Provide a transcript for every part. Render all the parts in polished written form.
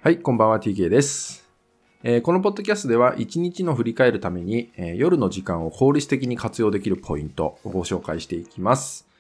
はい、こんばんは TK です。このポッドキャストでは1日の振り返るために、夜の時間を効率的に活用できるポイントをご紹介していきます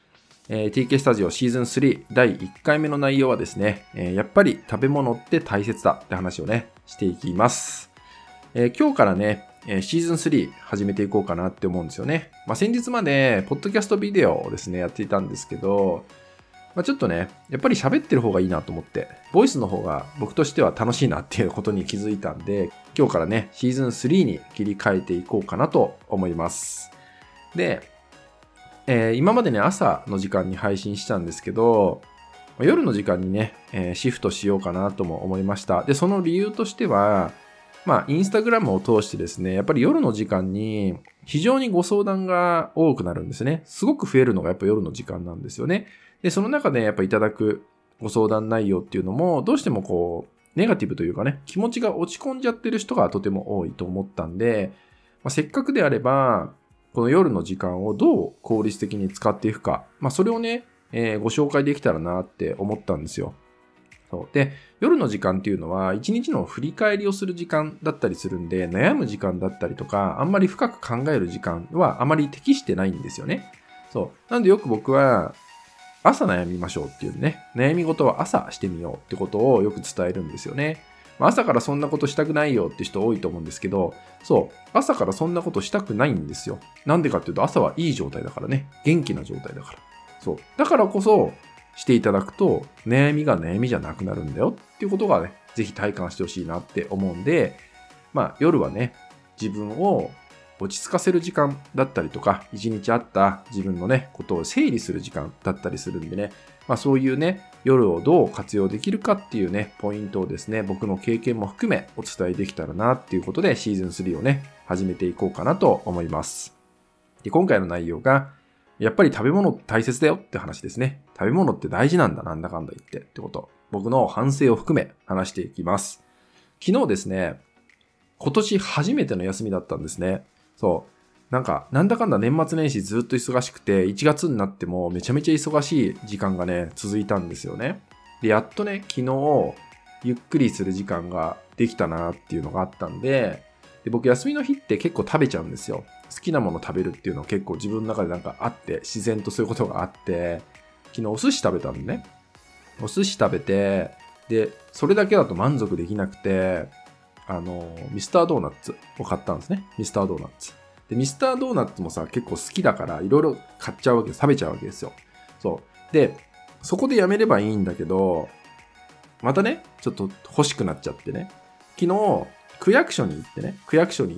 。TK スタジオシーズン3第1回目の内容はですね、やっぱり食べ物って大切だって話をね、していきます。今日からね、シーズン3始めていこうかなって思うんですよね。先日までポッドキャストビデオをですね、やっていたんですけど、ちょっとね、やっぱり喋ってる方がいいなと思って、ボイスの方が僕としては楽しいなっていうことに気づいたんで、今日からね、シーズン3に切り替えていこうかなと思います。で、今までね、朝の時間に配信したんですけど、夜の時間にね、シフトしようかなとも思いました。で、その理由としては、インスタグラムを通してですね、やっぱり夜の時間に非常にご相談が多くなるんですね。すごく増えるのがやっぱ夜の時間なんですよね。で、その中でやっぱいただくご相談内容っていうのも、どうしてもネガティブというかね、気持ちが落ち込んじゃってる人がとても多いと思ったんで、せっかくであれば、この夜の時間をどう効率的に使っていくか、それをね、ご紹介できたらなって思ったんですよ。で、夜の時間っていうのは一日の振り返りをする時間だったりするんで、悩む時間だったりとか、あんまり深く考える時間はあまり適してないんですよね。なんでよく僕は朝悩みましょうっていうね、悩み事は朝してみようってことをよく伝えるんですよね。朝からそんなことしたくないよって人多いと思うんですけど、朝からそんなことしたくないんですよ。なんでかっていうと朝はいい状態だからね。元気な状態だから。だからこそしていただくと悩みが悩みじゃなくなるんだよっていうことがね、ぜひ体感してほしいなって思うんで、夜はね、自分を落ち着かせる時間だったりとか、一日あった自分のね、ことを整理する時間だったりするんでね、そういうね、夜をどう活用できるかっていうね、ポイントをですね、僕の経験も含めお伝えできたらなっていうことで、シーズン3をね、始めていこうかなと思います。で、今回の内容が、やっぱり食べ物って大切だよって話ですね。食べ物って大事なんだ、なんだかんだ言ってってこと。僕の反省を含め話していきます。昨日ですね、今年初めての休みだったんですね。なんだかんだ年末年始ずっと忙しくて、1月になってもめちゃめちゃ忙しい時間がね、続いたんですよね。で、やっとね、昨日、ゆっくりする時間ができたなっていうのがあったんで、僕休みの日って結構食べちゃうんですよ。好きなもの食べるっていうのは結構自分の中でなんかあって、自然とそういうことがあって、昨日お寿司食べたんでね。お寿司食べて、で、それだけだと満足できなくて、ミスタードーナツを買ったんですね。ミスタードーナツ。で、ミスタードーナツもさ、結構好きだから、いろいろ買っちゃうわけです。食べちゃうわけですよ。で、そこでやめればいいんだけど、またね、ちょっと欲しくなっちゃってね。昨日、区役所に行って、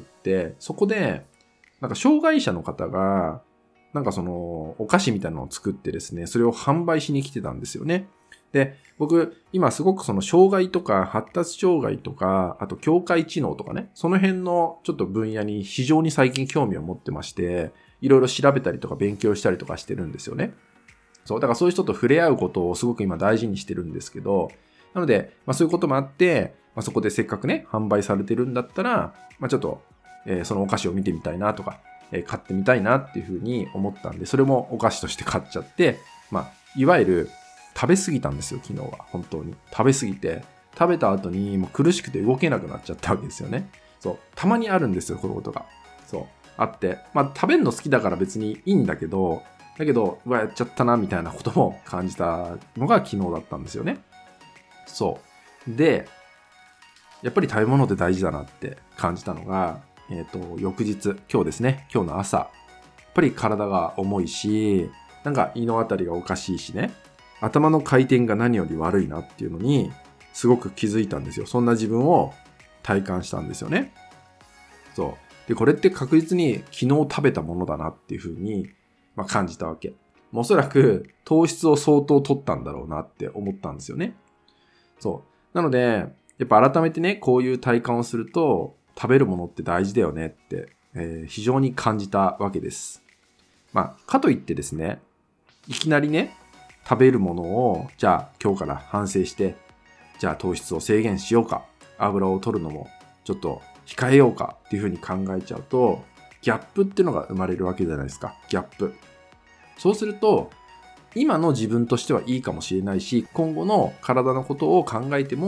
そこで、障害者の方が、お菓子みたいなのを作ってですね、それを販売しに来てたんですよね。で、僕、今すごく障害とか発達障害とか、あと境界知能とかね、その辺のちょっと分野に非常に最近興味を持ってまして、いろいろ調べたりとか勉強したりとかしてるんですよね。だからそういう人と触れ合うことをすごく今大事にしてるんですけど、なので、そういうこともあって、そこでせっかくね、販売されてるんだったら、ちょっと、そのお菓子を見てみたいなとか、買ってみたいなっていうふうに思ったんで、それもお菓子として買っちゃって、いわゆる食べ過ぎたんですよ、昨日は。本当に。食べ過ぎて、食べた後にもう苦しくて動けなくなっちゃったわけですよね。たまにあるんですよ、このことが。あって。食べるの好きだから別にいいんだけど、やっちゃったな、みたいなことも感じたのが昨日だったんですよね。で、やっぱり食べ物って大事だなって感じたのが、翌日、今日ですね、今日の朝。やっぱり体が重いし、胃のあたりがおかしいしね、頭の回転が何より悪いなっていうのに、すごく気づいたんですよ。そんな自分を体感したんですよね。で、これって確実に昨日食べたものだなっていうふうに、感じたわけ。おそらく糖質を相当取ったんだろうなって思ったんですよね。なので、やっぱ改めてね、こういう体感をすると、食べるものって大事だよねって、非常に感じたわけです。かといってですね、いきなりね、食べるものを、じゃあ今日から反省して、じゃあ糖質を制限しようか、油を取るのもちょっと控えようかっていうふうに考えちゃうと、ギャップっていうのが生まれるわけじゃないですか。ギャップ。そうすると、今の自分としてはいいかもしれないし、今後の体のことを考えても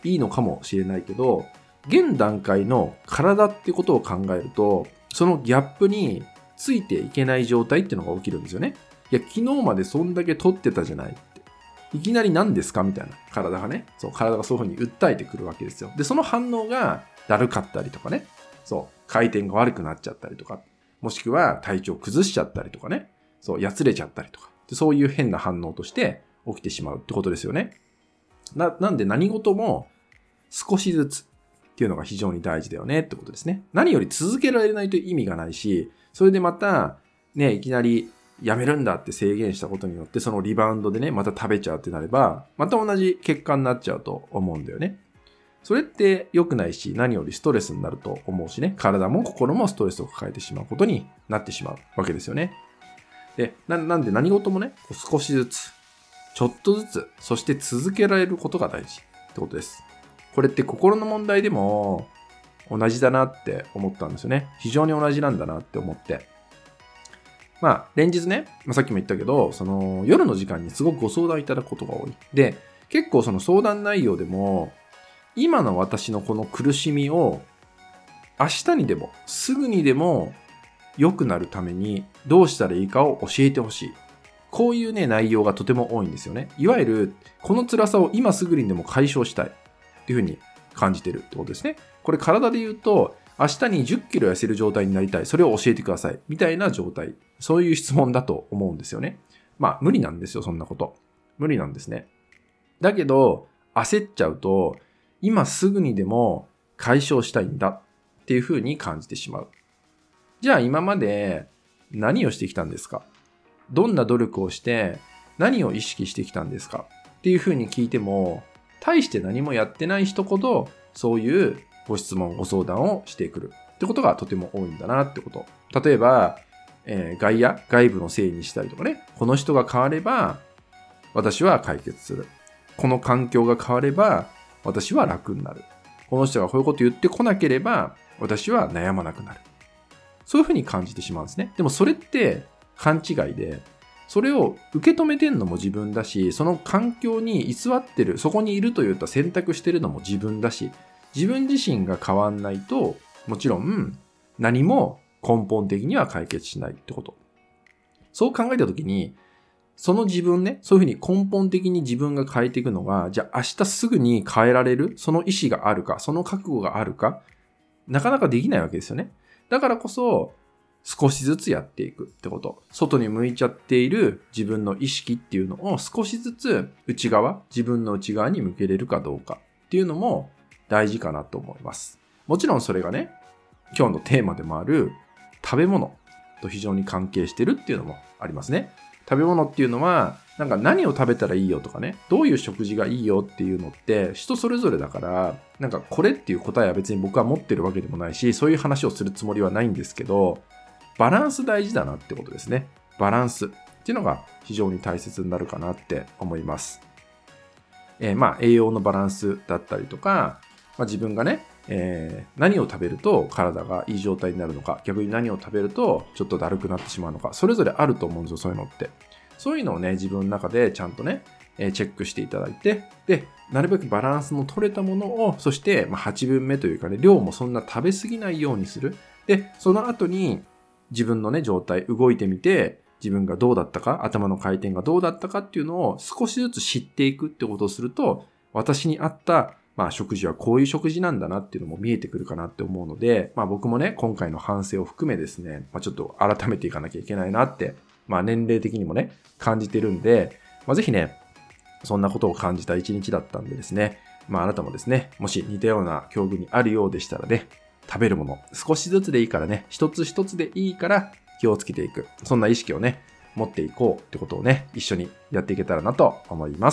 いいのかもしれないけど、現段階の体ってことを考えると、そのギャップについていけない状態っていうのが起きるんですよね。いや、昨日までそんだけ取ってたじゃないって。いきなり何ですかみたいな。体がね。そう、体がそういうふうに訴えてくるわけですよ。で、その反応がだるかったりとかね。そう、回転が悪くなっちゃったりとか。もしくは体調崩しちゃったりとかね。そう、やつれちゃったりとか。で、そういう変な反応として起きてしまうってことですよね。なんで何事も少しずつっていうのが非常に大事だよねってことですね。何より続けられないと意味がないし、それでまたね、いきなりやめるんだって制限したことによってそのリバウンドでね、また食べちゃうってなれば、また同じ結果になっちゃうと思うんだよね。それって良くないし、何よりストレスになると思うしね、体も心もストレスを抱えてしまうことになってしまうわけですよね。で、なんで何事もね、少しずつ、ちょっとずつ、そして続けられることが大事ってことです。これって心の問題でも同じだなって思ったんですよね。非常に同じなんだなって思って。まあ、連日ね、さっきも言ったけど、その夜の時間にすごくご相談いただくことが多い。で、結構その相談内容でも、今の私のこの苦しみを明日にでも、すぐにでも良くなるためにどうしたらいいかを教えてほしい。こういうね、内容がとても多いんですよね。いわゆる、この辛さを今すぐにでも解消したいっていうふうに感じてるってことですね。これ体で言うと、明日に10キロ痩せる状態になりたい。それを教えてください。みたいな状態。そういう質問だと思うんですよね。まあ、無理なんですよ、そんなこと。無理なんですね。だけど、焦っちゃうと、今すぐにでも解消したいんだっていうふうに感じてしまう。じゃあ今まで何をしてきたんですか？どんな努力をして何を意識してきたんですかっていうふうに聞いても、大して何もやってない人ほどそういうご質問、ご相談をしてくるってことがとても多いんだなってこと。例えば、外部のせいにしたりとかね、この人が変われば私は解決する。この環境が変われば私は楽になる。この人がこういうこと言ってこなければ私は悩まなくなる。そういうふうに感じてしまうんですね。でもそれって勘違いで、それを受け止めてんのも自分だし、その環境に居座ってる、そこにいるといった選択してるのも自分だし、自分自身が変わんないと、もちろん何も根本的には解決しないってこと。そう考えたときに、その自分ね、そういうふうに根本的に自分が変えていくのが、じゃあ明日すぐに変えられる、その意思があるか、その覚悟があるか、なかなかできないわけですよね。だからこそ、少しずつやっていくってこと。外に向いちゃっている自分の意識っていうのを少しずつ自分の内側に向けれるかどうかっていうのも大事かなと思います。もちろんそれがね、今日のテーマでもある食べ物と非常に関係してるっていうのもありますね。食べ物っていうのは、なんか何を食べたらいいよとかね、どういう食事がいいよっていうのって人それぞれだから、なんかこれっていう答えは別に僕は持ってるわけでもないし、そういう話をするつもりはないんですけど、バランス大事だなってことですね。バランスっていうのが非常に大切になるかなって思います。まあ栄養のバランスだったりとか、自分がね、何を食べると体がいい状態になるのか、逆に何を食べるとちょっとだるくなってしまうのか、それぞれあると思うんですよ、そういうのって。そういうのをね、自分の中でちゃんとね、チェックしていただいて、で、なるべくバランスの取れたものを、そして、8分目というかね、量もそんな食べ過ぎないようにする。で、その後に自分のね、状態、動いてみて、自分がどうだったか、頭の回転がどうだったかっていうのを少しずつ知っていくってことをすると、私に合った食事はこういう食事なんだなっていうのも見えてくるかなって思うので、僕もね、今回の反省を含めですね、ちょっと改めていかなきゃいけないなって、年齢的にもね、感じてるんで、ぜひね、そんなことを感じた一日だったんでですね、あなたもですね、もし似たような境遇にあるようでしたらね、食べるもの、少しずつでいいからね、一つ一つでいいから気をつけていく。そんな意識をね、持っていこうってことをね、一緒にやっていけたらなと思います。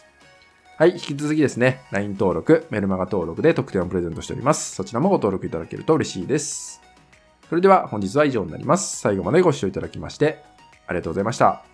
はい、引き続きですね、LINE 登録、メルマガ登録で特典をプレゼントしております。そちらもご登録いただけると嬉しいです。それでは本日は以上になります。最後までご視聴いただきましてありがとうございました。